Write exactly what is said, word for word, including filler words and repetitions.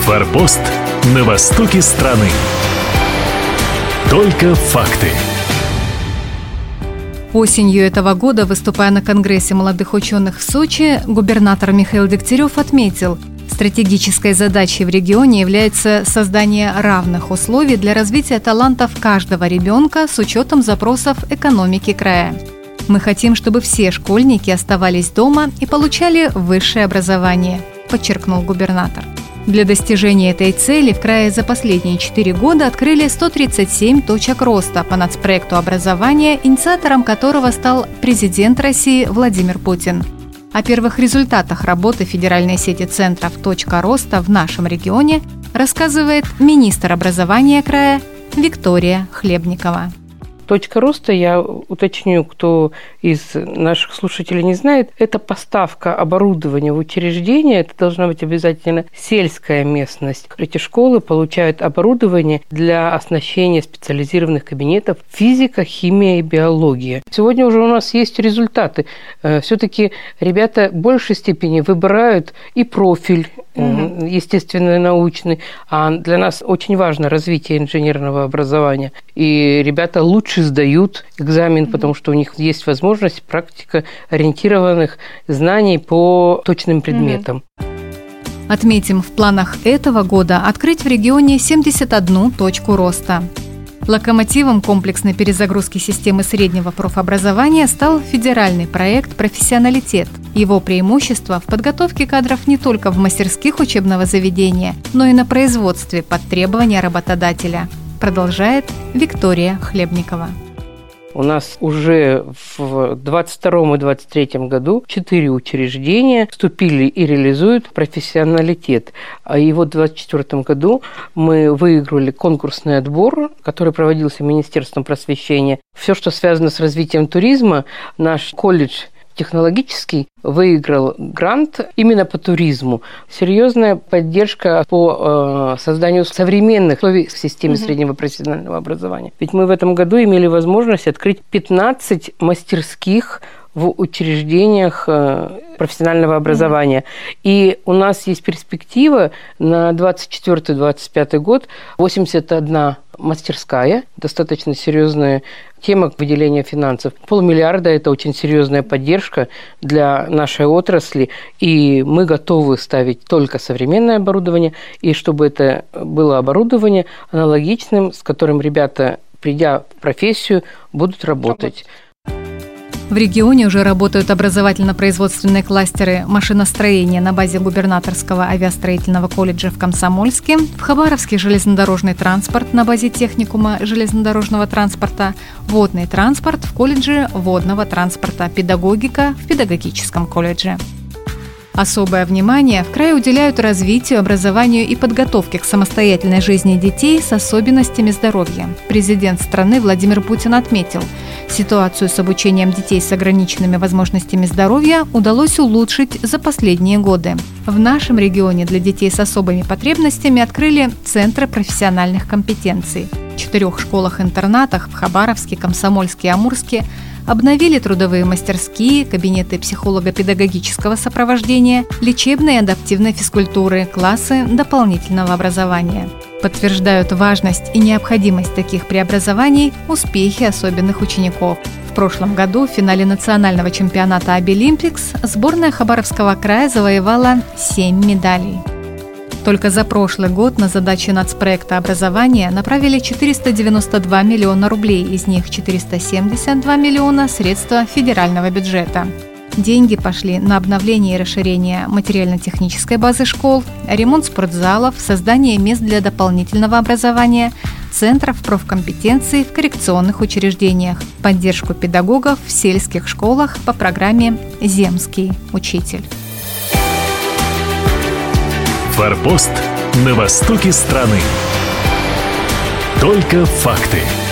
Форпост на востоке страны. Только факты. Осенью этого года, выступая на Конгрессе молодых ученых в Сочи, губернатор Михаил Дегтярев отметил, стратегической задачей в регионе является создание равных условий для развития талантов каждого ребенка с учетом запросов экономики края. Мы хотим, чтобы все школьники оставались дома и получали высшее образование, подчеркнул губернатор. Для достижения этой цели в крае за последние четыре года открыли сто тридцать семь точек роста по нацпроекту образования, инициатором которого стал президент России Владимир Путин. О первых результатах работы федеральной сети центров «Точка роста» в нашем регионе рассказывает министр образования края Виктория Хлебникова. Точка роста, я уточню, кто из наших слушателей не знает, это поставка оборудования в учреждение, это должна быть обязательно сельская местность. Эти школы получают оборудование для оснащения специализированных кабинетов физика, химия и биология. Сегодня уже у нас есть результаты. Все-таки ребята в большей степени выбирают и профиль, угу. естественно, научный, а для нас очень важно развитие инженерного образования. И ребята лучше сдают экзамен, mm-hmm. потому что у них есть возможность практика ориентированных знаний по точным предметам. Mm-hmm. Отметим, в планах этого года открыть в регионе семьдесят одну точку роста. Локомотивом комплексной перезагрузки системы среднего профобразования стал федеральный проект «Профессионалитет». Его преимущество в подготовке кадров не только в мастерских учебного заведения, но и на производстве под требования работодателя, продолжает Виктория Хлебникова. У нас уже в двадцать втором и двадцать третьем году четыре учреждения вступили и реализуют профессионалитет. И вот в двадцать четвёртом году мы выиграли конкурсный отбор, который проводился Министерством просвещения. Все, что связано с развитием туризма, наш колледж технологический выиграл грант именно по туризму. Серьезная поддержка по э, созданию современных условий в системе mm-hmm. среднего профессионального образования. Ведь мы в этом году имели возможность открыть пятнадцать мастерских в учреждениях э, профессионального образования. Mm-hmm. И у нас есть перспектива на двадцать четвёртый - двадцать пятый год восемьдесят одна мастерская, достаточно серьезная тема выделения финансов. Полмиллиарда – это очень серьезная поддержка для нашей отрасли, и мы готовы ставить только современное оборудование, и чтобы это было оборудование аналогичным, с которым ребята, придя в профессию, будут работать. В регионе уже работают образовательно-производственные кластеры машиностроения на базе губернаторского авиастроительного колледжа в Комсомольске, в Хабаровске железнодорожный транспорт на базе техникума железнодорожного транспорта, водный транспорт в колледже водного транспорта, педагогика в педагогическом колледже. Особое внимание в крае уделяют развитию, образованию и подготовке к самостоятельной жизни детей с особенностями здоровья. Президент страны Владимир Путин отметил, ситуацию с обучением детей с ограниченными возможностями здоровья удалось улучшить за последние годы. В нашем регионе для детей с особыми потребностями открыли центры профессиональных компетенций. В четырех школах-интернатах в Хабаровске, Комсомольске и Амурске обновили трудовые мастерские, кабинеты психолого-педагогического сопровождения, лечебной и адаптивной физкультуры, классы дополнительного образования. Подтверждают важность и необходимость таких преобразований успехи особенных учеников. В прошлом году в финале национального чемпионата Обилимпикс сборная Хабаровского края завоевала семь медалей. Только за прошлый год на задачи нацпроекта образования направили четыреста девяносто два миллиона рублей, из них четыреста семьдесят два миллиона – средства федерального бюджета. Деньги пошли на обновление и расширение материально-технической базы школ, ремонт спортзалов, создание мест для дополнительного образования, центров профкомпетенций в коррекционных учреждениях, поддержку педагогов в сельских школах по программе «Земский учитель». Форпост на востоке страны. Только факты.